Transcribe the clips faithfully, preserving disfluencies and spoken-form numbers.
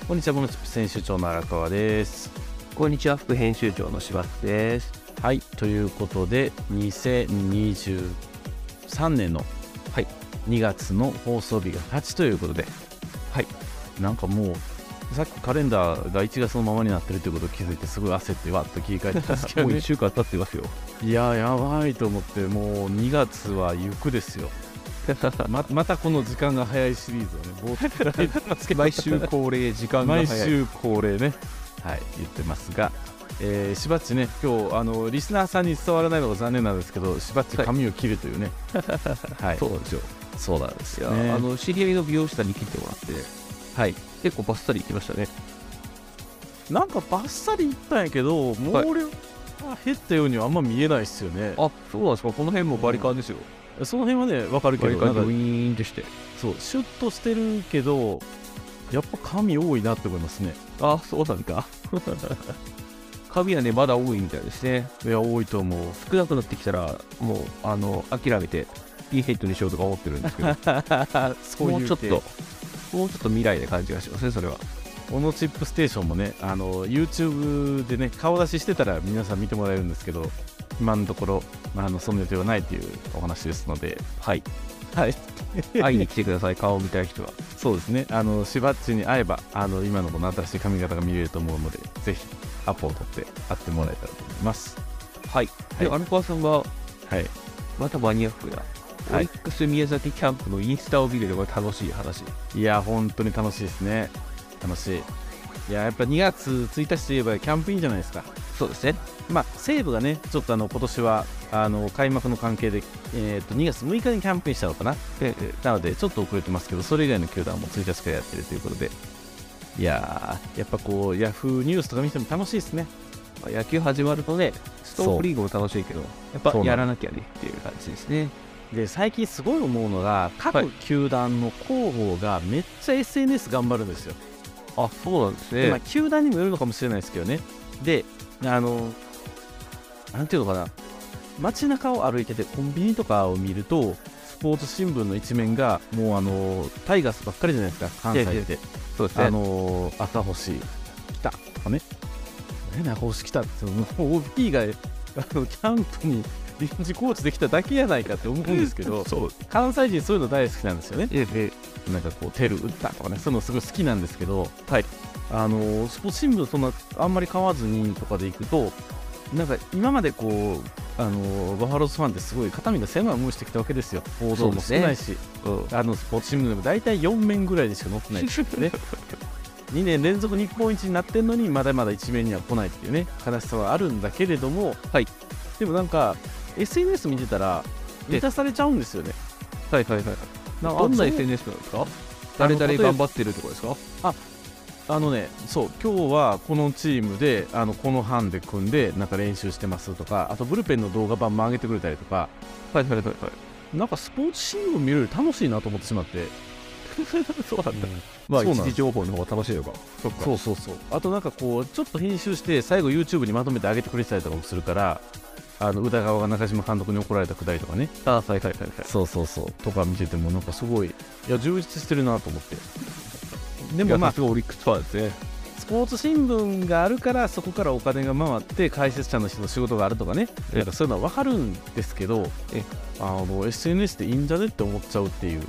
こんにちは、モノチップ編集長の荒川です。 こんにちは、副編集長の柴田です。 はい、ということでにせんにじゅうさんねんの、はい、にがつの放送日がはちということで、はい、なんかもうさっきカレンダーがいちがつのままになってるということを気づいてすごい焦ってわっと切り替えてたんですけど、ね、 もういっしゅうかん経ってますよ。 いややばいと思って、もうにがつは行くですよ。ま, またこの時間が早いシリーズをね、冒頭から言ってますけど毎週恒例時間が早い毎週恒例ね、はい、言ってますが、えー、しばっちね、今日あのリスナーさんに伝わらないのが残念なんですけど、しばっち髪を切るというね、 はい、そうなんですよ。 そうなんですよ、 ね、あの知り合いの美容師さんに切ってもらって、 はい、 結構バッサリいきましたね。 なんかバッサリいったんやけど、毛量が減ったようにはあんま見えないですよね。 あ、そうなんですか。この辺もバリカンですよ。 うん、その辺はね分かるけど、 バリカンでウィーンってして、 そうシュッとしてるけど、やっぱ髪多いなって思いますね。 あ、そうなんか。髪はねまだ多いみたいですね。 いや多いと思う。 少なくなってきたらもうあの諦めてピンヘッドにしようとか思ってるんですけどそういうもうちょっともうちょっと未来で感じがしますね。それはオノチップステーションもね、あの YouTube でね顔出ししてたら皆さん見てもらえるんですけど、今のところあのその予定はないというお話ですので、 はいはい、 会いに来てください。顔を見たい人は。 そうですね、あのしばっちに会えばあの今のこの新しい髪型が見れると思うので、ぜひアポを取って会ってもらえたらと思います。 はい、で、荒川さんは、 はい、 またマニアックな、はい、オリックス宮崎キャンプのインスタを見るのが楽しい話。 いや本当に楽しいですね。楽しい。いややっぱにがつついたちといえばキャンプインじゃないですか。 そうですね。 まあ西武がねちょっとあの今年はあの開幕の関係で、えー、とにがつむいかにキャンプインしたのかな、えー、なのでちょっと遅れてますけど、それ以外の球団もついたちからやってるということで、いやーやっぱこうヤフーニュースとか見ても楽しいですね。 野球始まるとね、ストークリーグも楽しいけど、やっぱやらなきゃねっていう感じですね。 で最近すごい思うのが、各球団の広報がめっちゃ エスエヌエス 頑張るんですよ。 あ、そうなんですね。 まあ、球団にもよるのかもしれないですけどね。で、あのなんていうのかな、街中を歩いててコンビニとかを見ると、スポーツ新聞の一面がもうあのタイガースばっかりじゃないですか、関西って。そうですね、あの赤星来たとかね、赤星来たって、オービー があのキャンプに臨時コーチできただけやないかって思うんですけどそう関西人そういうの大好きなんですよね。ええ、なんかこうテル打ったとかね、そういうのすごい好きなんですけど、はい、あのスポーツ新聞そんなあんまり買わずにとかで行くと、なんか今までこうあのバファローズファンってすごい肩身が狭い思いしてきたわけですよ。報道も少ないし、ね、うん、あのスポーツ新聞でも大体よんめんぐらいでしか載ってないですよね。にねん連続日本一になってんのにまだまだ一面には来ないっていうね、悲しさはあるんだけれども、はい、でもなんかエスエヌエス 見てたら満たされちゃうんですよね。 はいはいはい。なんどんな エスエヌエス なんですか？誰々頑張ってるとこですか？ ああのね、そう今日はこのチームであのこの班で組んでなんか練習してますとか、あとブルペンの動画版も上げてくれたりとか、 はいはいはいはい、 なんかスポーツ新聞見るより楽しいなと思ってしまってそうなんだ、うん、まあ一時情報の方が楽しいのか。 そっか、そうそうそう。あとなんかこうちょっと編集して最後 YouTube にまとめて上げてくれてたりとかもするから、あの宇田川が中島監督に怒られたくだりとかね、 あ、はいはいはいはい、 そうそうそうとか見ててもなんかすごい、いや充実してるなと思って。でもまあすごいオリックスファンですね。 スポーツ新聞があるからそこからお金が回って解説者の人の仕事があるとかね、なんかそういうのは分かるんですけど、えあの エスエヌエス でいいんじゃねって思っちゃうっていう。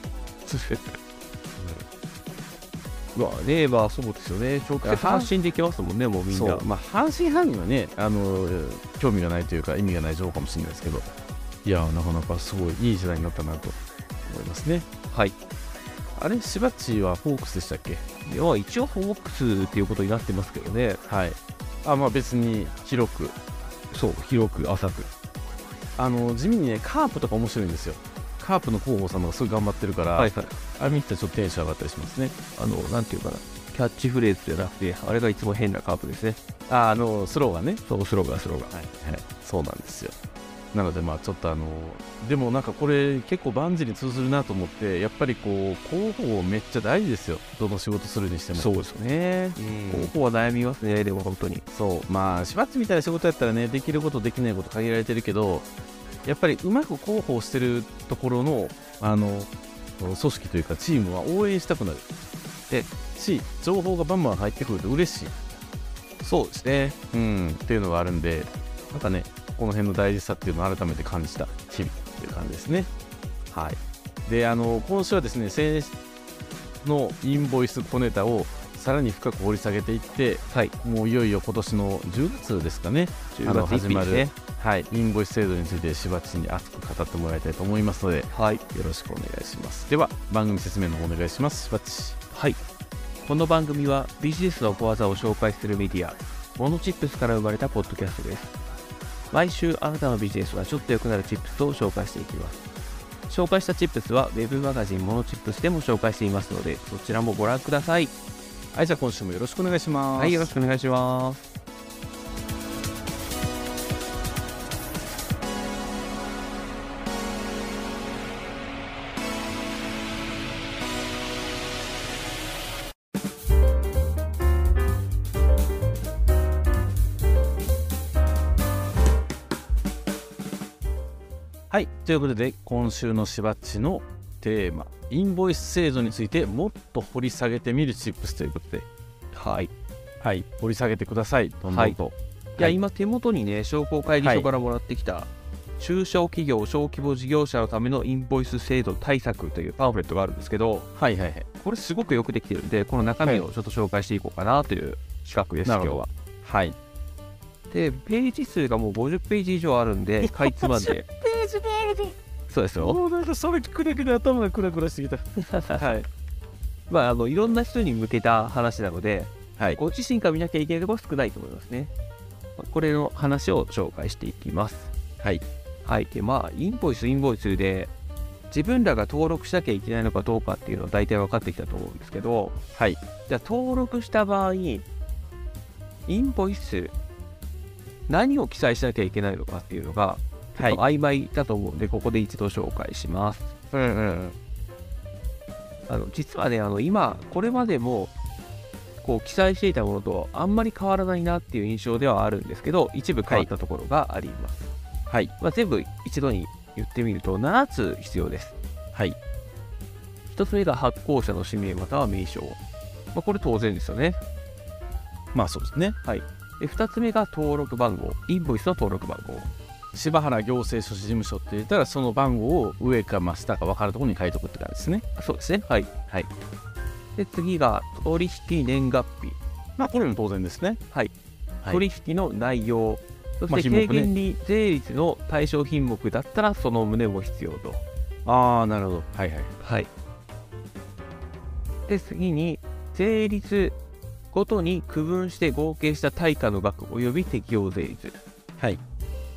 まあね、まあそうですよね。直接発信できますもんね、もうみんな。 まあ半信半疑はね、あの興味がないというか意味がない情報かもしれないですけど、いやなかなかすごいいい時代になったなと思いますね。はい。あれ、しばっちはホークスでしたっけ？ いや一応ホークスっていうことになってますけどね。 はい。あ、まあ別に広く、 そう広く浅く、 あの地味にねカープとか面白いんですよ。カープの広報さんのがすごい頑張ってるから、はいはい、あれ見てちょっとテンション上がったりしますね。 あのなんていうかな、キャッチフレーズじゃなくて、あれがいつも変なカープですね。 あ、あのスローがね、 そうスローがスローが、 はいはい、そうなんですよ。なのでまあちょっとあのでもなんかこれ結構万事に通ずるなと思って、やっぱりこう広報めっちゃ大事ですよ、どの仕事するにしても。 そうですよね、広報は悩みますね。でも本当にそう、まあしばっちみたいな仕事やったらね、できることできないこと限られてるけど、やっぱりうまく広報してるところのあの組織というかチームは応援したくなる。 でし、情報がバンバン入ってくると嬉しい。 そうですね。 うん、っていうのがあるんで、なんかね、この辺の大事さっていうのを改めて感じた日々っていう感じですね。はい。で、あの、今週はですね、先のインボイス小ネタをさらに深く掘り下げていって、 はい、 もういよいよ今年のじゅうがつですかね、 じゅうがつ始まる、 ね、 はい、インボイス制度についてしばっちに熱く語ってもらいたいと思いますので、 はい、よろしくお願いします。では番組説明の方お願いします。しばっち。 はい、この番組はビジネスの小技を紹介するメディアモノチップスから生まれたポッドキャストです。毎週あなたのビジネスがちょっと良くなるチップスを紹介していきます。紹介したチップスはウェブマガジンモノチップスでも紹介していますので、そちらもご覧ください。 はい、じゃあ今週もよろしくお願いします。 はい、よろしくお願いします。 はい、ということで今週のしばっちのテーマ、インボイス制度についてもっと掘り下げてみるチップスということで、 はい、 はい、掘り下げてください。どんどんと。 はい、いや、今手元にね、商工会議所からもらってきた、はい、中小企業小規模事業者のためのインボイス制度対策というパンフレットがあるんですけど、 はいはいはい、 これすごくよくできてるんで、この中身をちょっと紹介していこうかなという企画です、今日は。 はい。 で、ページ数がもうごじゅっページ以上あるんで、かいつまんで。ページもあるの。そうですよ。 もうなんかそれくらくら頭がクラクラしてきた。はい。 まあ、あのいろんな人に向けた話なので、 はい、 ご自身から見なきゃいけないところは少ないと思いますね。これの話を紹介していきます。 はい。 はい。で、まあ、インボイス、インボイスで、自分らが登録しなきゃいけないのかどうかっていうのは大体分かってきたと思うんですけど、 はい。 じゃあ、登録した場合、インボイス、何を記載しなきゃいけないのかっていうのが、はい、曖昧だと思うので、ここで一度紹介します。 うんうんうん、 あの実はね、あの今、これまでもこう記載していたものとあんまり変わらないなっていう印象ではあるんですけど、一部変わったところがあります。 はい、 まあ、全部一度に言ってみるとななつ必要です。 はい、 ひとつめが発行者の氏名または名称、まあ、これ当然ですよね。 まあそうですね。 はい。でふたつめが登録番号、インボイスの登録番号。 柴原行政書士事務所って言ったら、その番号を上か真下か分かるところに書いておくって感じですね。 そうですね。はい。はい。で、次が取引年月日。 まあ、これも当然ですね。 はい。 はい、 取引の内容、そして軽減利税率の対象品目だったら、その旨も必要と。 ああ、なるほど。はいはい。 はい。で、次に、税率ごとに区分して合計した対価の額及び適用税率。 はい。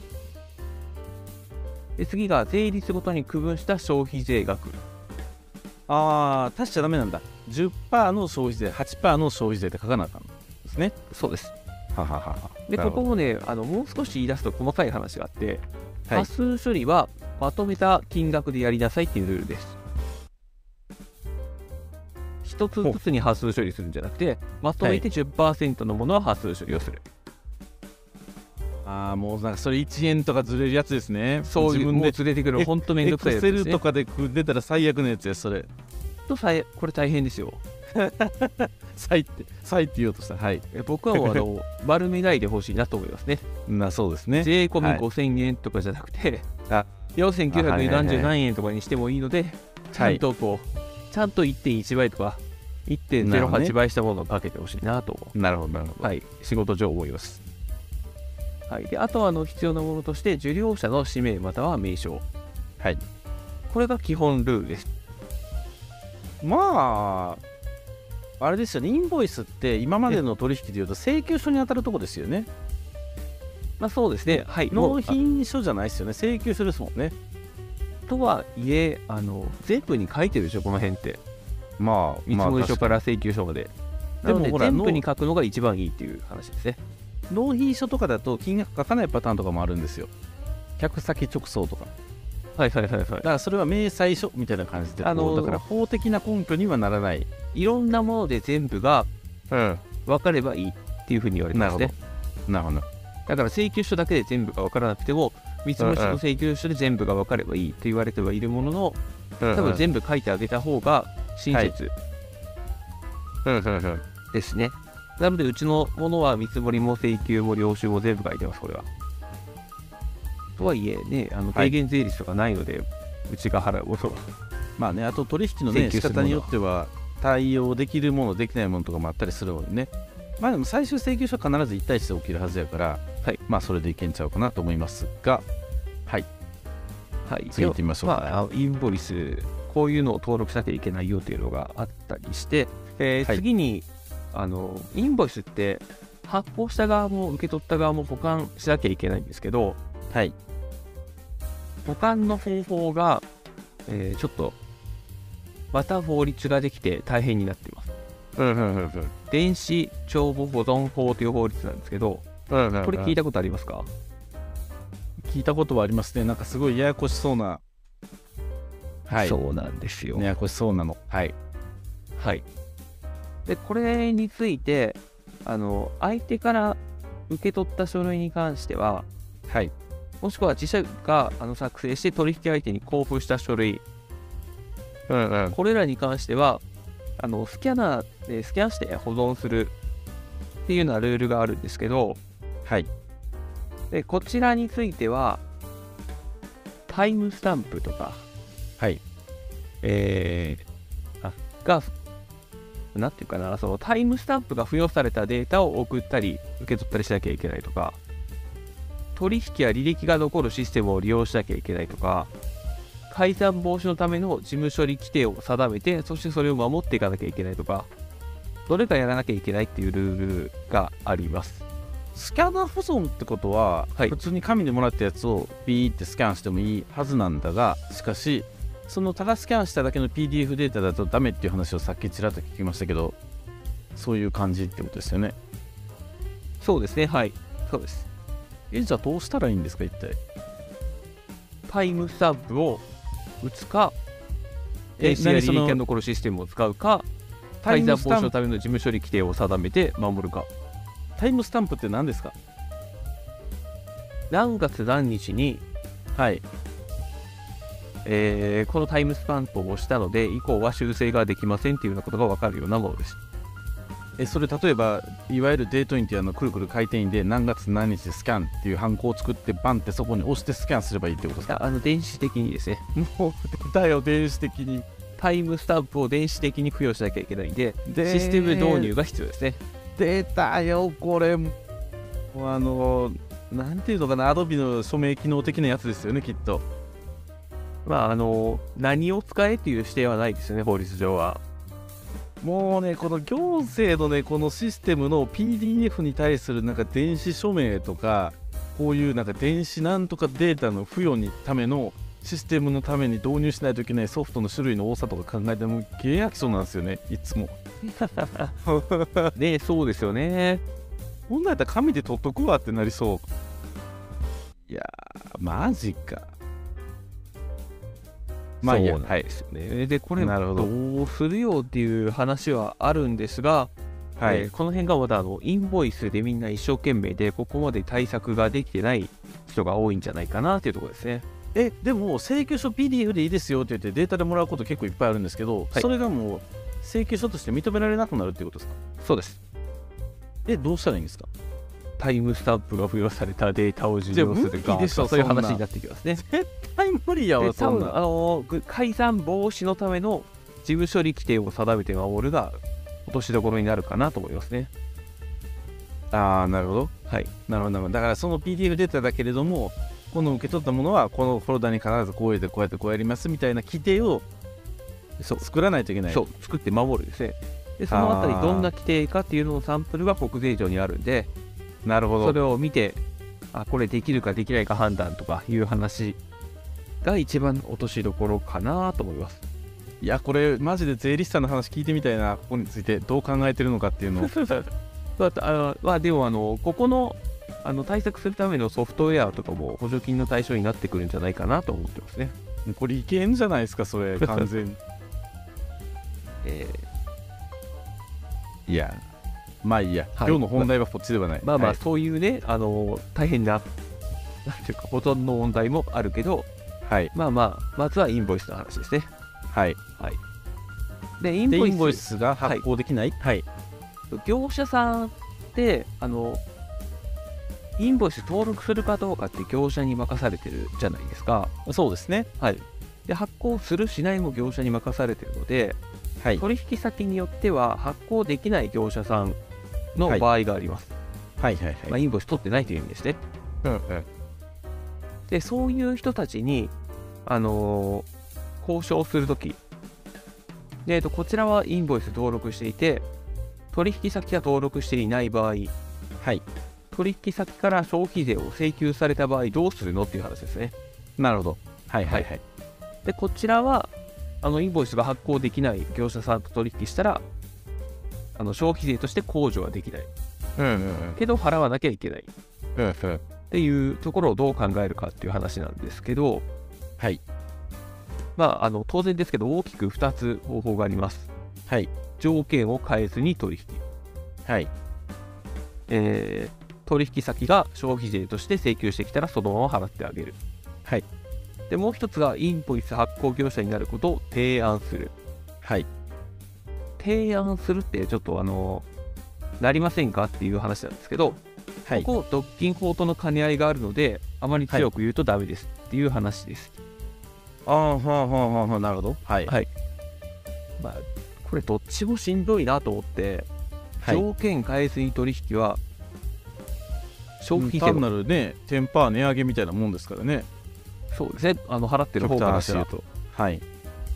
で次が税率ごとに区分した消費税額。 ああ、足しちゃダメなんだ。じゅっパーセント の消費税、はちパーセント の消費税って書かなあかんですね。 そうです。 はははで、ここもね、あのもう少し言い出すと細かい話があって、 はい、 端数処理はまとめた金額でやりなさいっていうルールです。一つずつに端数処理するんじゃなくて、まとめて じゅっパーセント のものは端数処理をする。 ああ、もうなんかそれいちえんとかずれるやつですね。 そういう、自分でずれてくる、本当めんどくさいやつですね。 エクセルとかで出たら最悪のやつや、それ。 とさえ、これ大変ですよ。 サイって、サイって言おうとした。はい。 僕はもうあの丸めないでほしいなと思いますね。 な、そうですね。 税込みごせんえんとかじゃなくて、はい、よんせんきゅうひゃくなんじゅうなんえんとかにしてもいいので、ちゃんとこう、はい、ちゃんと いってんいち 倍とか いってんゼロはち 倍したものをかけてほしいなと思う。 なるほど、なるほど。 はい、仕事上思います。はい、であとはあの必要なものとして、受領者の氏名または名称。 はい。 これが基本ルールです。 まあ、あれですよね、インボイスって今までの取引でいうと請求書に当たるとこですよね。 まあそうですね。はい。 納品書じゃないですよね。請求書ですもんね。 とはいえ、あの全部に書いてるでしょ、この辺って。 まあ、 見積書から請求書まで。なので、全部に書くのが一番いいっていう話ですね。 納品書とかだと金額書かないパターンとかもあるんですよ。客先直送とか。 はいはいはいはい。だからそれは明細書みたいな感じで、あのー、だから法的な根拠にはならない。 いろんなもので全部が分かればいいっていうふうに言われてますね。 なるほど。 だから請求書だけで全部が分からなくても、見積書と請求書で全部が分かればいいって言われてはいるものの、多分全部書いてあげた方が親切うんうんうん。 ですね。なので、うちのものは見積もりも請求も領収も全部書いてます、これは。とはいえね、あのはい低減税率とかないので、うちが払うものは。 まあね、あと取引のね、仕請求するものは方によっては対応できるもの、できないものとかもあったりするのでね。まあでも最終請求書は必ずいち対いちで起きるはずやから、 はい、 まあそれでいけんちゃうかなと思いますが、はい、 はい、 次行ってみましょうか。 まあ、インボイス、こういうのを登録しなきゃいけないよというのがあったりして、えーはい次にあの、インボイスって発行した側も受け取った側も保管しなきゃいけないんですけど、 はい、 保管の方法が、えーちょっとまた法律ができて大変になっています。 うんうんうんうん電子帳簿保存法という法律なんですけど、 うんうんうん、 これ聞いたことありますか？ 聞いたことはありますね。なんかすごいややこしそうな、はい、 そうなんですよ。 ややこしそうなの。はい、 はい。で、これについて、あの、相手から受け取った書類に関しては、 はい、 もしくは自社があの作成して取引相手に交付した書類、 うんうん、 これらに関しては、あのスキャナーでスキャンして保存するっていうようなルールがあるんですけど、 はい、 でこちらについては、タイムスタンプとか、 はい、 えー、あが、なんていうかな、そのタイムスタンプが付与されたデータを送ったり、受け取ったりしなきゃいけないとか、取引や履歴が残るシステムを利用しなきゃいけないとか、改ざん防止のための事務処理規定を定めて、そしてそれを守っていかなきゃいけないとか、どれかやらなきゃいけないっていうルールがあります。 スキャナー保存ってことは、 はい、 普通に紙でもらったやつをピーってスキャンしてもいいはずなんだが、しかしそのただスキャンしただけの ピーディーエフ データだとダメっていう話をさっきちらっと聞きましたけど、そういう感じってことですよね。 そうですね、はい、そうです。 え、じゃあどうしたらいいんですか、一体。 タイムスタンプを打つか、 え電子や何その履歴が残るシステムを使うか、 タイ改ざん防ムスタンプ止のための事務処理規定を定めて守るか。 タイムスタンプって何ですか？ 何月何日に、 はい、 えーこのタイムスタンプを押したので、以降は修正ができませんっていうようなことが分かるようなものです。 えそれ例えばいわゆるデートインっていうあのくるくる回転印で何月何日でスキャンっていうハンコを作ってバンってそこに押してスキャンすればいいってことですか？ あの電子的にですね、 もう出たよ、電子的に。 タイムスタンプを電子的に付与しなきゃいけないんで、 でシステム導入が必要ですね。 出たよこれ。もうあのなんていうのかな、アドビの署名機能的なやつですよね、きっと。 まあ、あの、何を使えっていう指定はないですよね、法律上は。 もうね、この行政のね、このシステムの ピーディーエフ に対するなんか電子署名とか、こういうなんか電子なんとかデータの付与にためのシステムのために導入しないといけないソフトの種類の多さとか考えてもゲー飽きそうなんですよね、いつも。 ね、そうですよね。 本来だったら紙で取っとくわってなりそう。いやー、マジか。まあいいや、 そうなんですよね。で、これなるほどどうするよっていう話はあるんですが、 はい、 えーこの辺がまだあのインボイスでみんな一生懸命で、ここまで対策ができてない人が多いんじゃないかなっていうところですね。 えでも請求書 ピーディーエフ でいいですよって言ってデータでもらうこと結構いっぱいあるんですけど、 はい、 それがもう請求書として認められなくなるっていうことですか？ そうです。 えどうしたらいいんですか？ タイムスタンプが付与されたデータを受容するかじゃあ無理でしょそういうそんな話になってきますね。 絶対無理やわ、 で多そんな。 分あのー改ざん防止のための事務処理規定を定めて守るが落としどころになるかなと思いますね。 ああ、なるほど。 はい。 なるほど、なるほど。だからその ピーディーエフ データだけれども、この受け取ったものはこのフォルダに必ずこうやってこうやってこうやりますみたいな規定をそう作らないといけない。 そう作って守るですね。でそのあたりどんな規定かっていうののサンプルが国税庁にあるんで、 なるほど。 それを見て、あ、これできるかできないか判断とかいう話が一番落としどころかなと思います。 いや、これマジで税理士さんの話聞いてみたいな、ここについてどう考えてるのかっていうのを。 まあ、まあでもあのここのあの対策するためのソフトウェアとかも補助金の対象になってくるんじゃないかなと思ってますね。 これいけんじゃないですか、それ完全に。 えいや、まあいいや、 はい今日の本題はこっちではない。 ーまあまあはいそういうね、あの大変ななんていうか保存の問題もあるけど、 はい、 まあまあまずはインボイスの話ですね。 はい。 はい。 でインでイボイスンボイスが発行できない、はい、 業者さんってあのインボイス登録するかどうかって業者に任されてるじゃないですか。 そうですね。 はい。で発行するしないも業者に任されてるので、はい、取引先によっては発行できない業者さんの場合があります。 はいはいはい、はい、 まあ、インボイス取ってないという意味ですね。 うんうん、 でそういう人たちに、あのー、交渉するとき、で、えっと、こちらはインボイス登録していて取引先が登録していない場合、はい、取引先から消費税を請求された場合どうするのっていう話ですね。 なるほど。はいはいはい。 でこちらはあのインボイスが発行できない業者さんと取引したらあの消費税として控除はできない、うんうんうん、けど払わなきゃいけない、うんうん、っていうところをどう考えるかっていう話なんですけど、はい、まああの当然ですけど大きくふたつ方法があります。はい、条件を変えずに取引、はい、えー、取引先が消費税として請求してきたらそのまま払ってあげる。はい。でもう一つがインボイス発行業者になることを提案する。はい。提案するってちょっとあのなりませんかっていう話なんですけど、はい、ここ独禁法との兼ね合いがあるのであまり強く言うとダメですっていう話です。 はい、ああ、はあはあはあ、なるほど。はい。はい。 まあこれどっちもしんどいなと思って、はい、条件変えずに取引は消費税単なるね じゅっパーセント 値上げみたいなもんですからね。 そうですね、あの払ってる方からすると、 はい、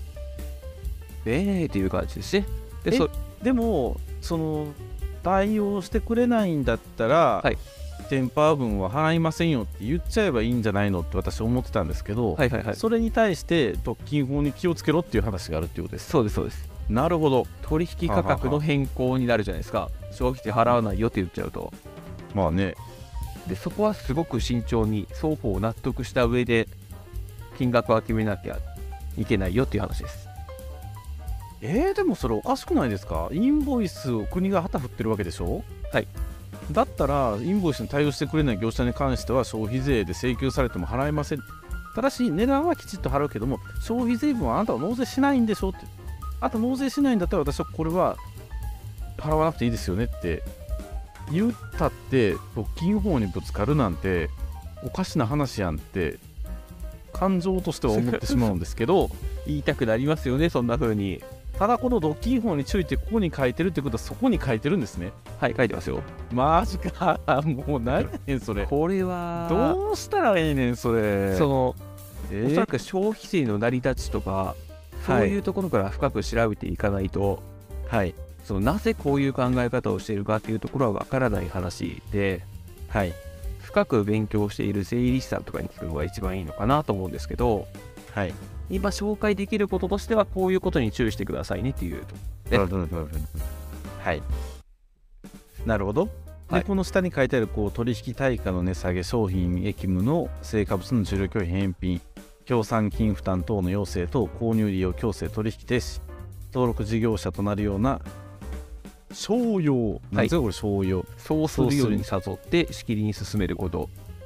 えーっていう感じですね。で, そでもその対応してくれないんだったら、はい、じゅっパーセント 分は払いませんよって言っちゃえばいいんじゃないのって私思ってたんですけど、はいはいはい、それに対して独禁法に気をつけろっていう話があるっていうことです。 そうですそうです。 なるほど。 取引価格の変更になるじゃないですか。ははは消費税払わないよって言っちゃうと。 まあね。 でそこはすごく慎重に双方納得した上で金額は決めなきゃいけないよっていう話です。 えー、でもそれおかしくないですか。インボイスを国が旗振ってるわけでしょ。 はい。 だったらインボイスに対応してくれない業者に関しては消費税で請求されても払えません。ただし値段はきちっと払うけども消費税分はあなたは納税しないんでしょって。あと納税しないんだったら私はこれは払わなくていいですよねって言ったって独禁法にぶつかるなんておかしな話やんって感情としては思ってしまうんですけど言いたくなりますよね、そんな風に。 ただこの独禁法に注意ってここに書いてるってことはそこに書いてるんですね。 はい、書いてますよ。 マジか。もう何やねんそれ。 これはどうしたらいいねんそれ。 その、えー、おそらく消費税の成り立ちとかそういうところから深く調べていかないと、はい、そのなぜこういう考え方をしているかっていうところはわからない話で、はい、深く勉強している税理士さんとかに聞くのが一番いいのかなと思うんですけど、はい、今紹介できることとしてはこういうことに注意してくださいねっていう、ね、 はい、なるほど。で、はい、この下に書いてあるこう取引対価の値下げ、商品役務の成果物の受領拒否返品、協賛金負担等の要請等購入利用強制取引停止、登録事業者となるような商用、なんですかこれ商用、 そうするように誘ってしきりに進めること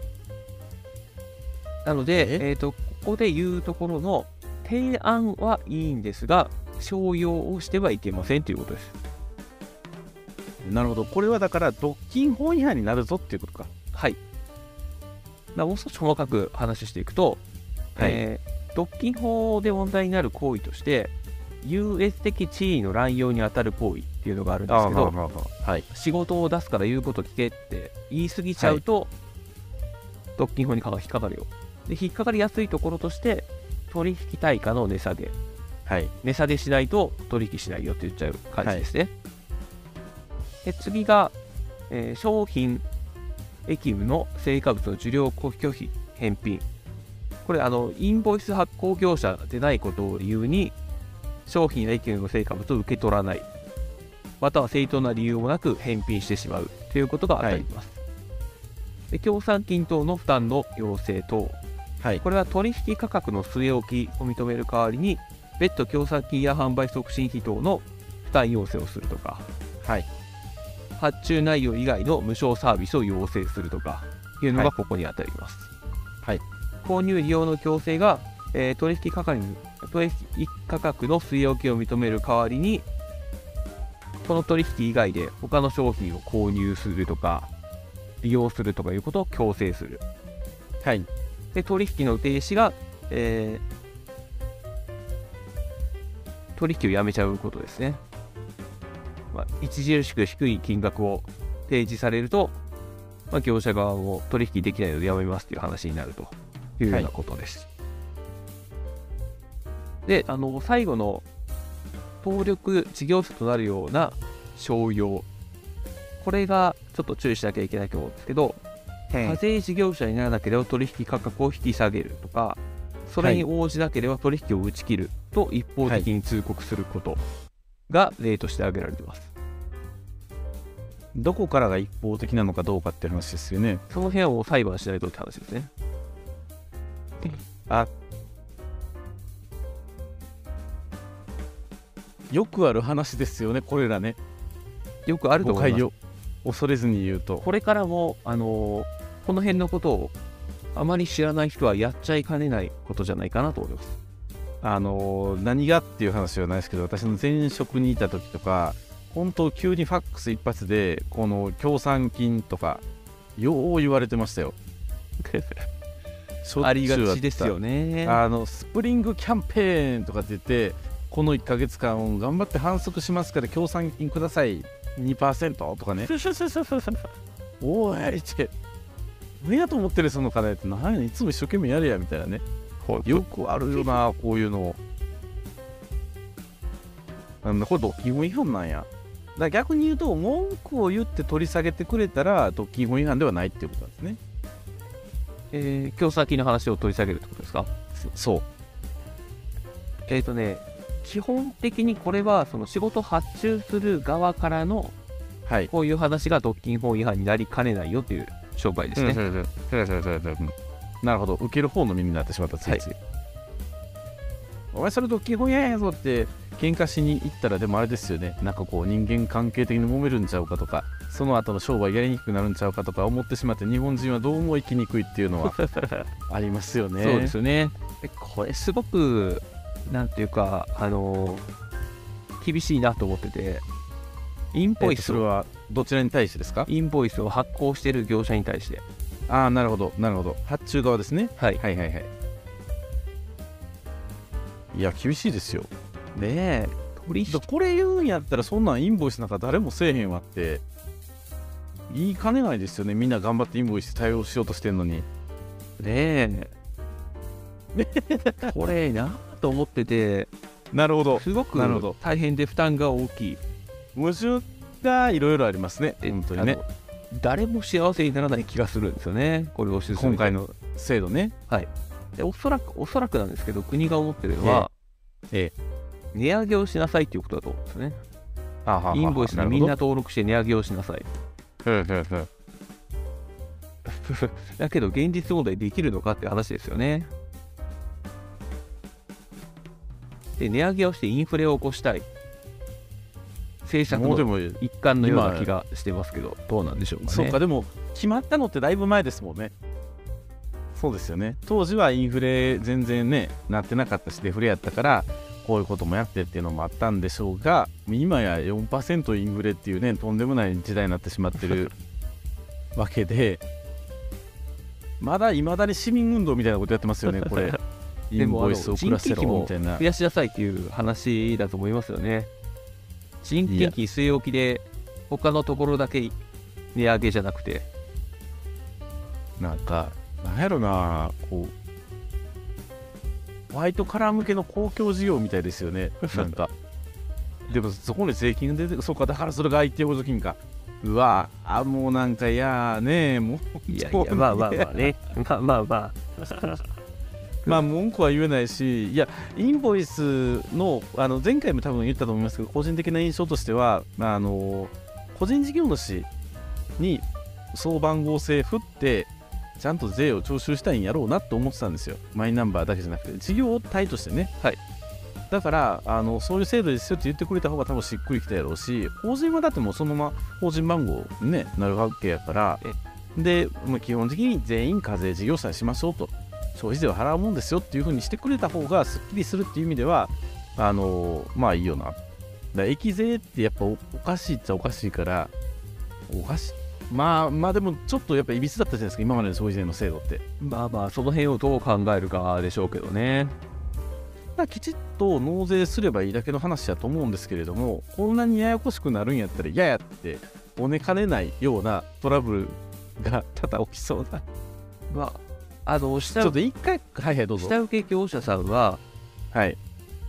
なので、えーと、ここで言うところの提案はいいんですが商用をしてはいけませんということです。 なるほど。これはだから独禁法違反になるぞっていうことか。 はい。もう少し細かく話していくと、はい、えー、独禁法で問題になる行為として優越的地位の乱用に当たる行為っていうのがあるんですけど、はい、仕事を出すから言うこと聞けって言い過ぎちゃうと、はい、独禁法に引っかかるよ。で引っかかりやすいところとして取引対価の値下げ、はい、値下げしないと取引しないよって言っちゃう感じですね。はい、で次が、えー、商品役務の成果物の受領拒否返品。これあのインボイス発行業者でないことを理由に商品や役務の成果物を受け取らないまたは正当な理由もなく返品してしまうということが当たります。はい、で協賛金等の負担の要請等、はい、これは取引価格の据え置きを認める代わりに別途協賛金や販売促進費等の負担要請をするとか、はい、発注内容以外の無償サービスを要請するとかいうのがここに当たります。はい、購入利用の強制が、えー、取引価格に取引価格の据え置きを認める代わりに、この取引以外で他の商品を購入するとか利用するとかいうことを強制する。 はい。 で、取引の停止が、えー、取引をやめちゃうことですね。まあ、著しく低い金額を提示されると、まあ、業者側も取引できないのでやめますという話になるというようなことです。はい、で、あの最後の登録事業者となるような商用、これがちょっと注意しなきゃいけないと思うんですけど、課税事業者にならなければ取引価格を引き下げるとか、それに応じなければ取引を打ち切ると一方的に通告することが例として挙げられています。 どこからが一方的なのかどうかっていう話ですよね。 その辺を裁判しないとって話ですね。 あ、よくある話ですよね、これらね。 よくあると思います。 誤解を恐れずに言うと、 これからも、あのー、この辺のことをあまり知らない人はやっちゃいかねないことじゃないかなと思います。 あのー、何がっていう話はないですけど、私の前職にいた時とか、本当急にファックス一発でこの協賛金とかよう言われてましたよ。 ありがちですよね。 あのスプリングキャンペーンとかって言って、このいっかげつかん頑張って反則しますから協賛金ください にパーセント とかね。おいって何やと思ってるその課題って何や、いつも一生懸命やれやみたいなね。よくあるよな、こういうの。なんだこれ独禁法違反なんや。だから逆に言うと、文句を言って取り下げてくれたら独禁法違反ではないっていうことなんですね。 えー、協賛金の話を取り下げるってことですか？ そう。 えっとね、基本的にこれはその仕事発注する側からのこういう話が独禁法違反になりかねないよという商売ですね。 なるほど、受ける方の耳になってしまったついつい、はい、お前それ独禁法違反やぞって喧嘩しに行ったら、でもあれですよね、なんかこう人間関係的に揉めるんちゃうかとか、その後の商売やりにくくなるんちゃうかとか思ってしまって、日本人はどうも生きにくいっていうのはありますよね。 そうですよね。でこれすごくなんていうか、あのー、厳しいなと思ってて、インボイスを、えー、 それはどちらに対してですか？ インボイスを発行している業者に対して。 ああ、なるほどなるほど、発注側ですね。 はい、 はいはいはい。いや厳しいですよねえ。 取引これ言うんやったら、そんなんインボイスなんか誰もせえへんわって言いかねないですよね。みんな頑張ってインボイス対応しようとしてんのにねえこれなと思ってて、 なるほど、 すごく大変で負担が大きい、 矛盾がいろいろありますね。本当にね、 誰も幸せにならない気がするんですよね、これを進めて今回の制度ね。 はい。でおそらくおそらくなんですけど、国が思ってるのは、 ええ、 値上げをしなさいということだと思うんですよね。 あははは、 インボイスにみんな登録して値上げをしなさい。だけど現実問題できるのかって話ですよね。で値上げをしてインフレを起こしたい政策の一環のような気がしてますけど、どうなんでしょうかね。 そうか、でも決まったのってだいぶ前ですもんね。そうですよね。当時はインフレ全然ねなってなかったし、デフレやったからこういうこともやってっていうのもあったんでしょうが、今や よんパーセント インフレっていうね、とんでもない時代になってしまってるわけで、まだいまだに市民運動みたいなことやってますよね、これ。インボイスを遅らせろみたいな。 増やしなさいっていう話だと思いますよね。人件費据え置きで他のところだけ値上げじゃなくて、 なんかなんやろな、こうホワイトカラー向けの公共事業みたいですよね。なんかでもそこに税金が出て、そうか、だからそれが相手補助金か。うわあ、もうなんかいやーね、もういやいや、まあまあまあねまあまあまあまあ文句は言えないし、いやインボイスのあの前回も多分言ったと思いますけど、個人的な印象としては、まあ、あの個人事業主に総番号制振ってちゃんと税を徴収したいんやろうなと思ってたんですよ。マイナンバーだけじゃなくて事業体としてね。 はい。 だからあのそういう制度ですよって言ってくれた方が多分しっくりきたやろうし、法人はだってもうそのまま法人番号に、ね、なるわけやから、で、まあ、基本的に全員課税事業者にしましょうと消費税を払うもんですよっていう風にしてくれた方がすっきりするっていう意味ではあのー、まあいいよな。だから益税ってやっぱ お, おかしいっちゃおかしいからおかしいまあまあでもちょっとやっぱいびつだったじゃないですか今までの消費税の制度って。 まあまあその辺をどう考えるかでしょうけどね。 きちっと納税すればいいだけの話だと思うんですけれども、こんなにややこしくなるんやったらややっておねかねないようなトラブルが多々起きそうだ。 まああの下ちょっと一回はいはいどうぞ。 下請け業者さんははい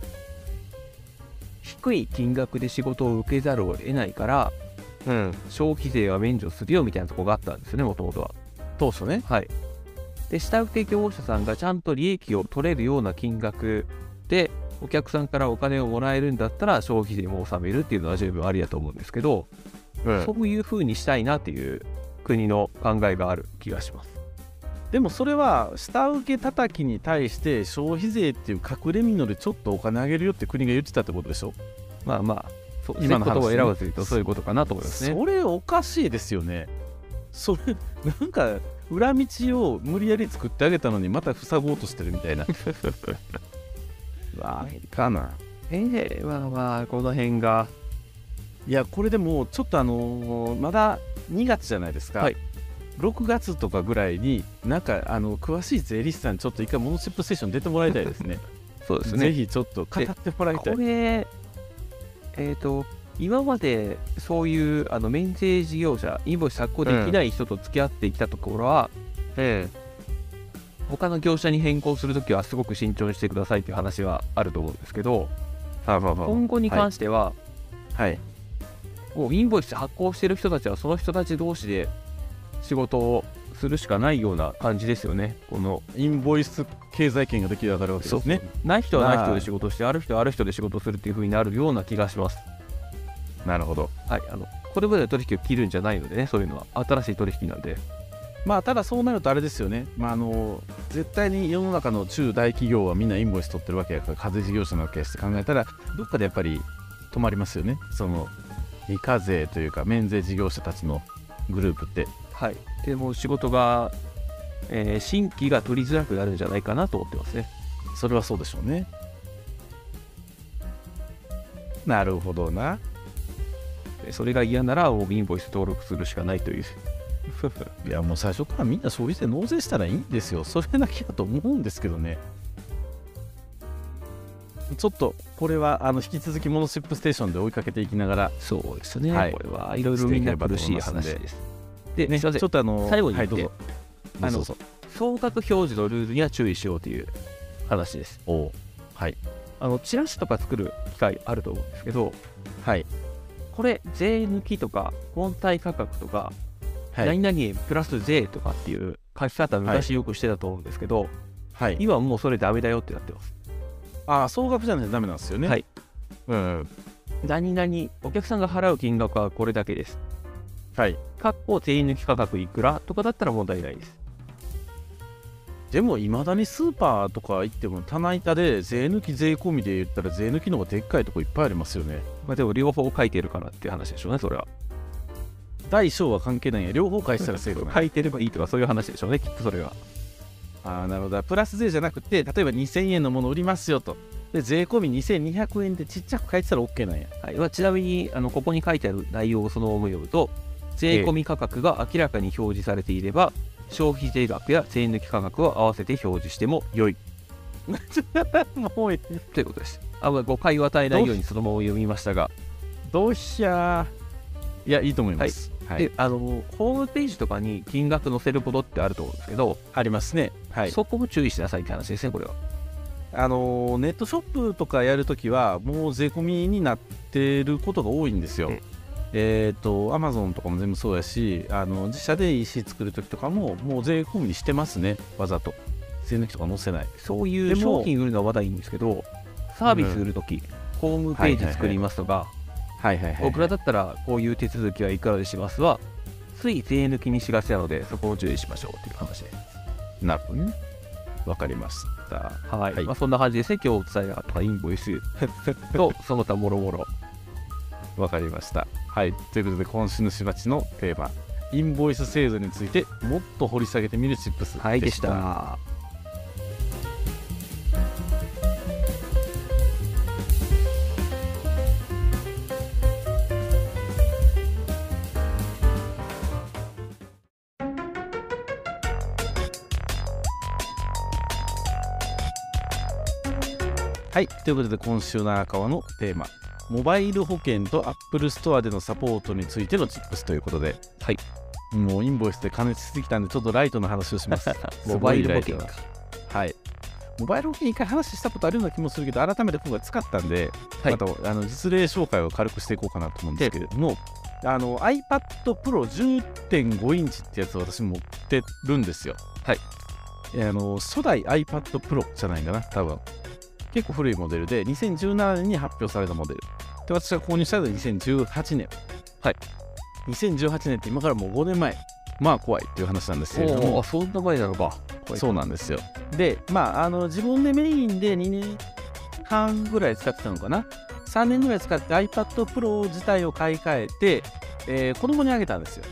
低い金額で仕事を受けざるを得ないから、うん、消費税は免除するよみたいなところがあったんですよね、もともとは。 当初ね。 はい。で下請け業者さんがちゃんと利益を取れるような金額でお客さんからお金をもらえるんだったら消費税も納めるっていうのは十分ありだと思うんですけど、うん、そういう風にしたいなっていう国の考えがある気がします。 でもそれは下請け叩きに対して消費税っていう隠れ蓑でちょっとお金あげるよって国が言ってたってことでしょ。 まあまあそう今の言葉を選ばずに言うとそういうことかなと思いますね。 それおかしいですよね。それなんか裏道を無理やり作ってあげたのにまた塞ごうとしてるみたいなわあかな。 ええまあまあこの辺がいやこれでもちょっとあのー、まだにがつじゃないですか、はい、ろくがつとかぐらいになんかあの詳しい税理士さんにちょっと一回モノチップステーション出てもらいたいですねそうですね、 ぜひちょっと語ってもらいたい。 これえっ、ー、と今までそういうあの免税事業者インボイス発行できない人と付き合ってきたところは、うん、他の業者に変更するときはすごく慎重にしてくださいという話はあると思うんですけど、今後に関しては、はいはい、もうインボイス発行してる人たちはその人たち同士で仕事をするしかないような感じですよね。このインボイス経済圏が出来上がるわけですね。 ない人はない人で仕事して、ある人はある人で仕事するっていう風になるような気がします。 なるほど。 はい、あのこれまでの取引を切るんじゃないのでね、そういうのは新しい取引なんで。 まあただそうなるとあれですよね、まあ、あの絶対に世の中の中大企業はみんなインボイス取ってるわけやから課税事業者なわけですって考えたらどっかでやっぱり止まりますよね、その非課税というか免税事業者たちのグループって。 はい、でも仕事が、えー、新規が取りづらくなるんじゃないかなと思ってますね。 それはそうでしょうね。なるほどな。 それが嫌ならもうインボイス登録するしかないといういやもう最初からみんな消費税納税したらいいんですよ。それだけだと思うんですけどね。ちょっとこれはあの引き続きモノチップステーションで追いかけていきながら。 そうですね、はい、これはいろいろみんな苦しい話です。 で、ね、ちょっとあの最後に言って、 はい、どうぞあの総額表示のルールには注意しようという話です。 おはい、あのチラシとか作る機会あると思うんですけど、 はい、 これ税抜きとか本体価格とか、はい、何々円プラス税とかっていう書き方昔よくしてたと思うんですけど、はい、今はもうそれダメだよってなってます。 ああ、総額じゃないとダメなんですよね。 はい、 うん、 何々お客さんが払う金額はこれだけです。 はい。 かっこ税抜き価格いくらとかだったら問題ないです。 でもいまだにスーパーとか行っても棚板で税抜き税込みで言ったら税抜きの方がでっかいとこいっぱいありますよね。 まあでも両方書いてるからっていう話でしょうね、それは。 大小は関係ないんや、両方返したらセーフ。 書いてればいいとかそういう話でしょうね、きっとそれは。 ああ、なるほど。プラス税じゃなくて、例えばにせんえんのもの売りますよと。で、税込みにせんにひゃくえんでちっちゃく書いてたら OK なんや。 はい、まあ、ちなみにあのここに書いてある内容をそのまま読むと、税込み価格が明らかに表示されていれば、えー、消費税額や税抜き価格を合わせて表示しても良い。もういいということです。あ誤解を与えないようにそのまま読みましたが。 どうしゃー。いや、いいと思います。 はいはい、であのホームページとかに金額載せることってあると思うんですけど、 ありますね。はい、 そこも注意しなさいって話ですね、これは。 あのネットショップとかやるときは、もう税込みになってることが多いんですよ。うん、えっ、ー、と、アマゾンとかも全部そうやし、あの自社で イーシー 作るときとかも、もう税込みにしてますね、わざと。税抜きとか載せない。 そういう商品売るのはまだいいんですけど、サービス売るとき、うん、ホームページ作りますとか、僕らだったらこういう手続きはいくらでしますは、つい税抜きにしがちなので、そこを注意しましょうという話です。 なるほどね。わかりました。 はい。はい、まあ、そんな感じですね、今日お伝えがあったインボイスと、その他もろもろ。 わかりました。はい。ということで、今週のしばちのテーマ、インボイス制度についてもっと掘り下げてみるチップスでした。 はい、でした。 はい、ということで今週の荒川のテーマ、モバイル保険と Apple ストアでのサポートについてのチップスということで、 はい。 もうインボイスで加熱しすぎたんでちょっとライトの話をします。 モバイル保険か。 はい。モバイル保険一回話したことあるような気もするけど、改めて今回使ったんで、はい、またあの実例紹介を軽くしていこうかなと思うんですけれども、あの iPad Pro じゅうてんご インチってやつを私持ってるんですよ。 はい。 あの初代 iPad Pro じゃないかな、多分。結構古いモデルで、にせんじゅうななねんに発表されたモデル。で、私が購入したのはにせんじゅうはちねん。はい。にせんじゅうはちねんって今からもうごねんまえ。まあ怖いっていう話なんですけれども。 あ、そんな前なのか。 そうなんですよ。で、まあ、あの自分でメインでにねんはんぐらい使ってたのかな。さんねんぐらい使って iPad Pro 自体を買い替えて、えー、子供にあげたんですよ。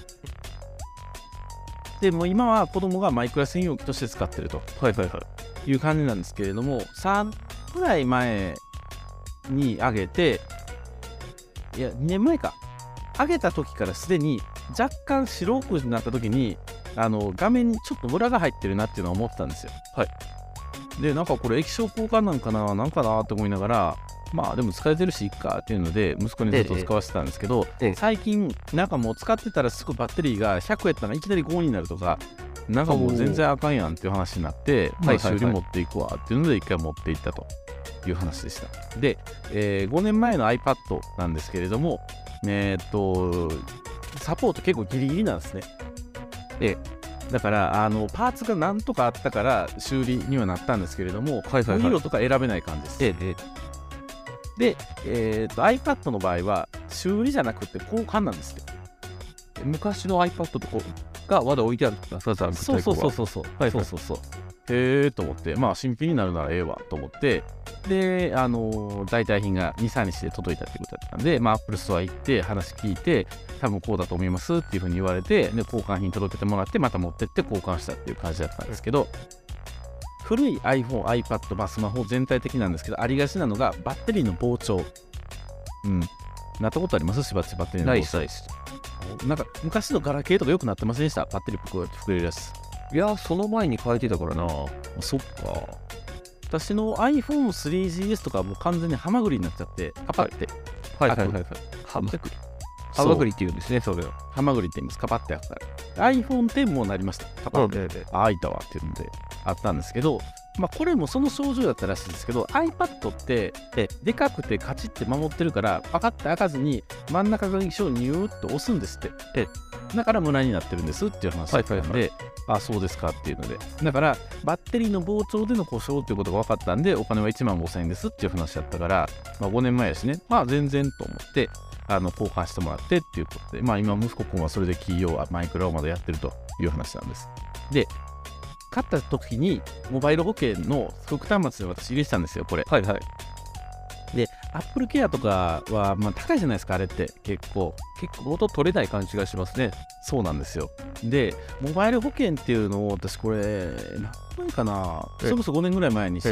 でもう今は子供がマイクラ専用機として使ってると、はいはいはい、いう感じなんですけれども、さんねんぐらい前にあげて、いやにねんまえか、あげた時からすでに若干白くなった時にあの画面にちょっとムラが入ってるなっていうのは思ってたんですよ。はい。で、なんかこれ液晶交換なんかな、なんかなと思いながら、まあでも使えてるしいっかっていうので息子にずっと使わせてたんですけど、ええ、最近なんかもう使ってたらすぐバッテリーがひゃくやったらいきなりごになるとか、なんかもう全然あかんやんっていう話になって、まあ、修理持っていくわっていうので一回持っていったという話でした。で、えー、ごねんまえの iPad なんですけれども、えー、っとサポート結構ギリギリなんですね。でだからあのパーツがなんとかあったから修理にはなったんですけれども、はいはいはい、色とか選べない感じです。ええ、で、えー、と iPad の場合は修理じゃなくて交換なんですよ。 昔の iPad とかがまだ置いてあるんですか？ そうそうそうそうそうそう、はい、そうそうそう。へえと思って、まあ新品になるならええわと思って、で、あのー、代替品がに、さんにちで届いたっていうことだったんで、まあ Apple ストア行って話聞いて、多分こうだと思いますっていうふうに言われて、で交換品届けてもらってまた持ってって交換したっていう感じだったんですけど、古い iPhone、iPad、まあ、スマホ全体的なんですけど、ありがちなのがバッテリーの膨張。うん。なったことあります？しばっちバッテリーの膨張。ないです。なんか昔のガラケーとかよくなってませんでした？バッテリー膨れるやつ。 いや、その前に変えてたからな。 そっか。私の アイフォンスリージーエス とかもう完全にハマグリになっちゃって、カパって。 はいはいはいはい。ハマグリ。ハマグリって言うんですね、それを。 ハマグリって言います。カパってやったら。アイフォンテン もなりました。カパって。あ、開いたわっていうのであったんですけど、まあこれもその症状だったらしいですけど、 iPad ってでかくてカチッて守ってるからパカッて開かずに真ん中が一緒にニューッと押すんですって。だからムラになってるんですっていう話だったんで、はいはいはい、あ、そうですかっていうので、だからバッテリーの膨張での故障っていうことが分かったんで、お金はいちまんごせんえんですっていう話だったから、まあ、ごねんまえやしね、まあ全然と思ってあの交換してもらってっていうことで、まあ今息子くんはそれで企業はマイクラをまだやってるという話なんです。で、買った時にモバイル保険の副端末で私入れてたんですよ、これ。はいはい。で、Apple Care とかはまあ高いじゃないですか、あれって結構。 結構元取れない感じがしますね。 そうなんですよ。で、モバイル保険っていうのを私これ、何年かな、それこそごねんぐらい前に知って、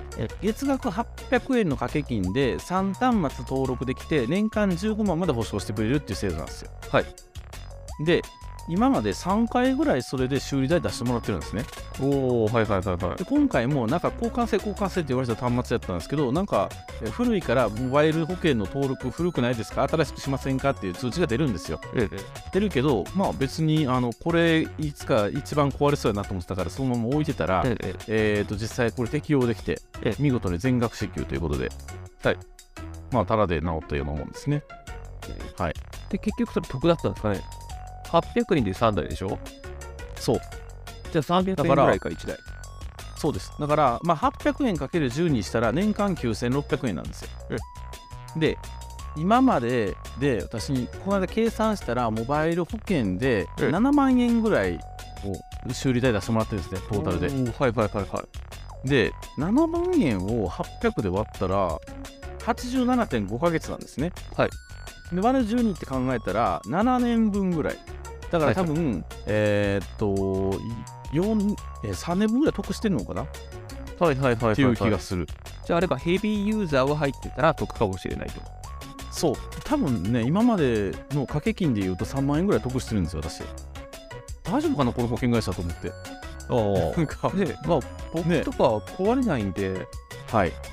月額はっぴゃくえんの掛け金でさん端末登録できて、年間じゅうごまんまで保証してくれるっていう制度なんですよ。はい。で、今までさんかいぐらいそれで修理代出してもらってるんですね。 おー、はいはいはいはい。 で今回もなんか交換性交換性って言われた端末やったんですけど、なんか古いからモバイル保険の登録古くないですか、新しくしませんかっていう通知が出るんですよ。ええ、出るけど、まあ別にあのこれいつか一番壊れそうやなと思ってたからそのまま置いてたら、えええー、と実際これ適用できて、ええ、見事に全額支給ということで、はい、まあタダで治ったようなもんですね。 はい。で結局それ得だったんですかね。はっぴゃくえんでさんだいでしょ。そう。じゃあさんびゃくえんぐらいかいちだい。 そうです。だからまあはっぴゃくえんかけるじゅうにしたら年間きゅうせんろっぴゃくえんなんですよ。で今までで私にこの間計算したらモバイル保険でななまんえんぐらいを修理代出してもらってるんですね、トータルで。 はいはいはいはい。 でななまんえんをはっぴゃくで割ったらはちじゅうななてんごかげつなんですね。はい。で割るじゅうにって考えたらななねんぶんぐらい。だから多分、はいはい、えー、っとよんえさんねんぶんぐらい得してるのかな。 はいはいはいはい、はい、 っていう気がする。 じゃああればヘビーユーザーが入ってたら得かもしれないと。 そう、多分ね今までの掛け金でいうとさんまんえんぐらい得してるんですよ私。大丈夫かなこの保険会社と思って。 ああなんかね、まあ僕とかは壊れないんで、 はい。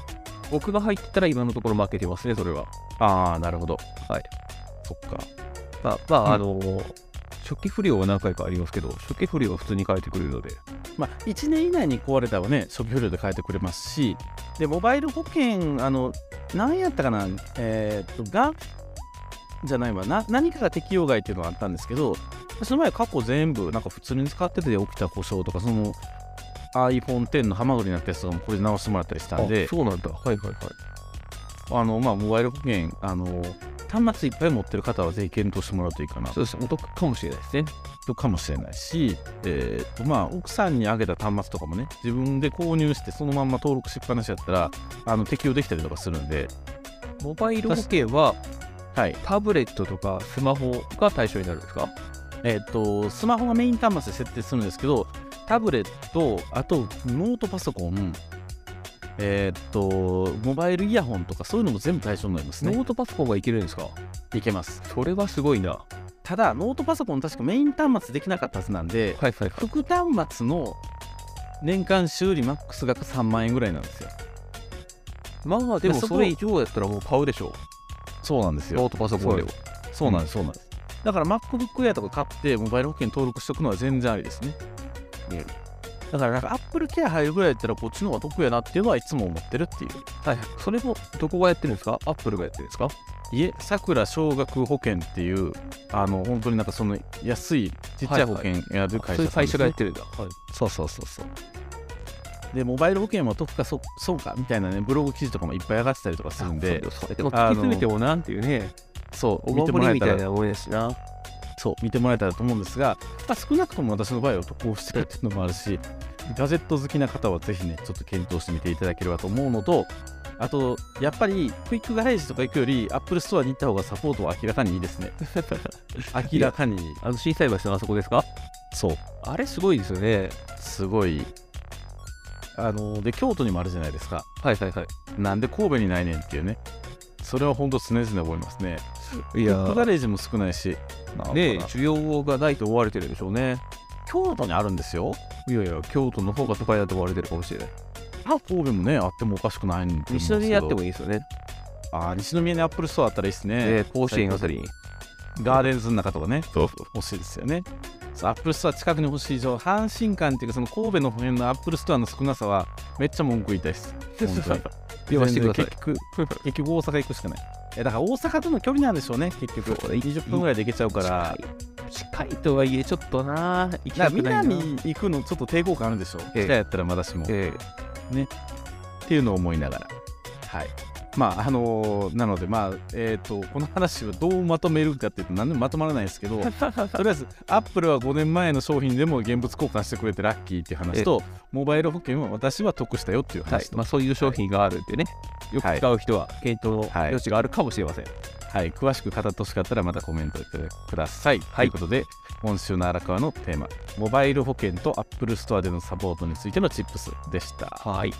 僕が入ってたら今のところ負けてますね、それは。 ああ、なるほど。 はい。 そっか。 まあ、まあ、 うんあのー初期不良は何回かありますけど、初期不良は普通に変えてくれるので。 まあ、いちねん以内に壊れたらね、初期不良で変えてくれますし、で、モバイル保険、あの、何やったかな、えーっと、が、じゃないわな、何かが適用外っていうのがあったんですけど、その前は過去全部、なんか普通に使ってて起きた故障とか、その アイフォンテン のハマグリになったやつとかもこれで直してもらったりしたんで、 あ、そうなんだ。はいはいはい。 あの、まあ、モバイル保険、あの、端末いっぱい持ってる方はぜひ検討してもらうといいかなそうですね、お得かもしれないですね。 とかもしれないし、えーとまあ、奥さんにあげた端末とかもね、自分で購入してそのまんま登録しっぱなしやったらあの適用できたりとかするんで、 モバイル保険ははい、 タブレットとかスマホが対象になるんですか？ えーとスマホがメイン端末で設定するんですけど、タブレット、あとノートパソコン、えーとモバイルイヤホンとかそういうのも全部対象になりますね。 ノートパソコンがいけるんですか？ いけます。 それはすごいな。 ただノートパソコン確かメイン端末できなかったはずなんで、 はいはいはい。 副端末の年間修理マックス額さんまんえんぐらいなんですよ。 まあでもそこそれ以上やったらもう買うでしょそうなんですう。ノーよ。 トパソコンでも。 そうなんです、そうなんです。だから MacBook Air とか買ってモバイル保険登録しておくのは全然ありですね。 ねだからなんか Apple Care 入るぐらいやったらこっちの方が得やなっていうのはいつも思ってるっていう。 はいはい。それもどこがやってるんですか？アップルがやってるんですか？ いえ、さくら少額保険っていう、あの、本当になんかその安いちっちゃい保険やる会社さんですね、 そういう会社がやってるんだ。はい。 そうそうそうそう。で、モバイル保険も得かそそうかみたいなね、ブログ記事とかもいっぱい上がってたりとかするんで、 そうでも突き詰めてもなんていうね、 そう、 お見ても守らえたら、 りみたいな思いですしな。 そう、見てもらえたらと思うんですが、まあ、少なくとも私の場合は得をしてるっていうのもあるし、ガジェット好きな方はぜひね、ちょっと検討してみていただければと思うのと、あと、やっぱりクイックガレージとか行くより、Apple ストアに行った方がサポートは明らかにいいですね。明らかにいい。 あの心斎橋のあそこですか？ そう、 あれすごいですよね。 すごい。あの、で、京都にもあるじゃないですか。 はいはいはい。 なんで神戸にないねんっていうね。それは本当常々思いますね。 いクイックガレージも少ないし、 ねえ、 なんか需要がないと思われてるでしょうね。 京都にあるんですよ。 いやいや、京都の方が都会だと思われてるかもしれない。 あ、神戸もね、あってもおかしくないんで。 西宮やってもいいですよね。 あ、西宮にアップルストアあったらいいですね。 で、甲子園あたりに。 ガーデンズの中とかね、 そうそう。 欲しいですよね。アップルストア近くに欲しい以上、阪神間っていうか、その神戸の辺のアップルストアの少なさは、めっちゃ文句言いたいです。本当に。 電話してください。 結局、結局大阪行くしかない。えだから大阪との距離なんでしょうね、結局。にじゅっぷんぐらいで行けちゃうから。 近いとはいえ、ちょっとな、行きだからたくないな。 南行くのちょっと抵抗感あるでしょ。 ええ北やったらまだしも。 えっていうのを思いながら。はい。まあ、あのーなので、まあ、えっ、と、この話はどうまとめるかっていうと、何でもまとまらないですけど、とりあえず、アップルはごねんまえの商品でも現物交換してくれてラッキーっていう話と、モバイル保険は私は得したよっていうえはい話。と、 まあ、そういう商品があるんでね、よく使う人は検討のはい余地があるかもしれません。 はい、詳しく語ってほしかったらまたコメントください。 はいということで、今週の荒川のテーマ、モバイル保険とアップルストアでのサポートについてのチップスでした。 はい。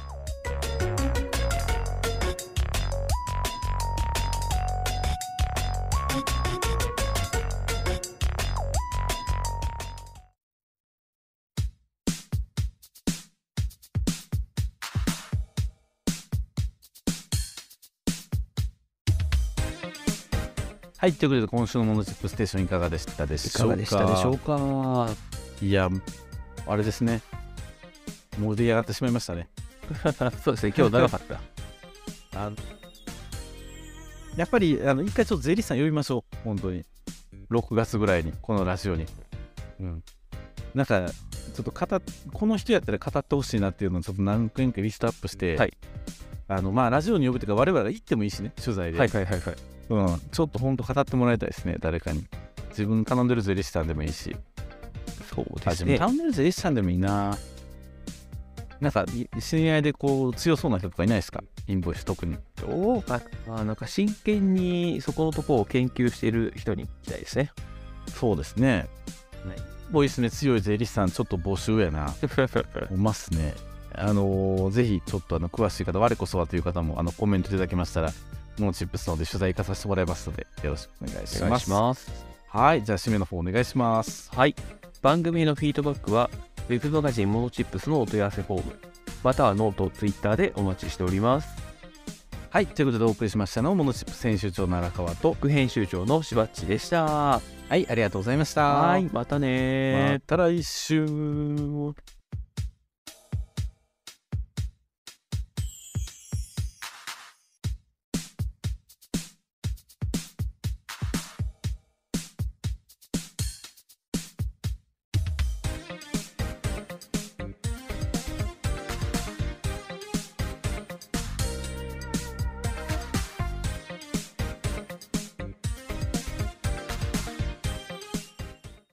はい、ということで今週のモノチップステーションいかがでしたでしょうか。 いかがでしたでしょうか。 いや、あれですね。盛り上がってしまいましたね。 そうですね、今日長かった。 あのやっぱりあの一回ちょっと税理士さん呼びましょう。本当に。ろくがつぐらいに、このラジオに。うん。なんか、ちょっと語っこの人やったら語ってほしいなっていうのをちょっと何件かリストアップして、 はい、 あのまあラジオに呼ぶというか、我々が行ってもいいしね、取材で。 はいはいはいはい。 うん、ちょっと本当語ってもらいたいですね、誰かに。自分頼んでる税理士さんでもいいし。 そうあ、 ですね。 自分頼んでる税理士さんでもいいな。なんか、知り合いでこう強そうな人とかいないですか？インボイス特に。 どうか、まあ、なんか真剣にそこのところを研究している人に聞きたいですね。 そうですね。ボイスね、強い税理士さん、ちょっと募集やな。いますね。あのー、ぜひ、ちょっとあの詳しい方、我こそはという方もあのコメントいただけましたら、モノチップスので取材行かさせてもらいますので、よろしくお願いします。 お願いします。 はい、じゃあ、締めの方お願いします。 はい。番組へのフィードバックは、ウェブマガジンモノチップスのお問い合わせフォーム、またはノート、ツイッターでお待ちしております。 はい、ということでお送りしましたのモノチップ編集長の荒川と、 副編集長のしばっちでした。 はい、ありがとうございました。 はい、またねー。 また来週。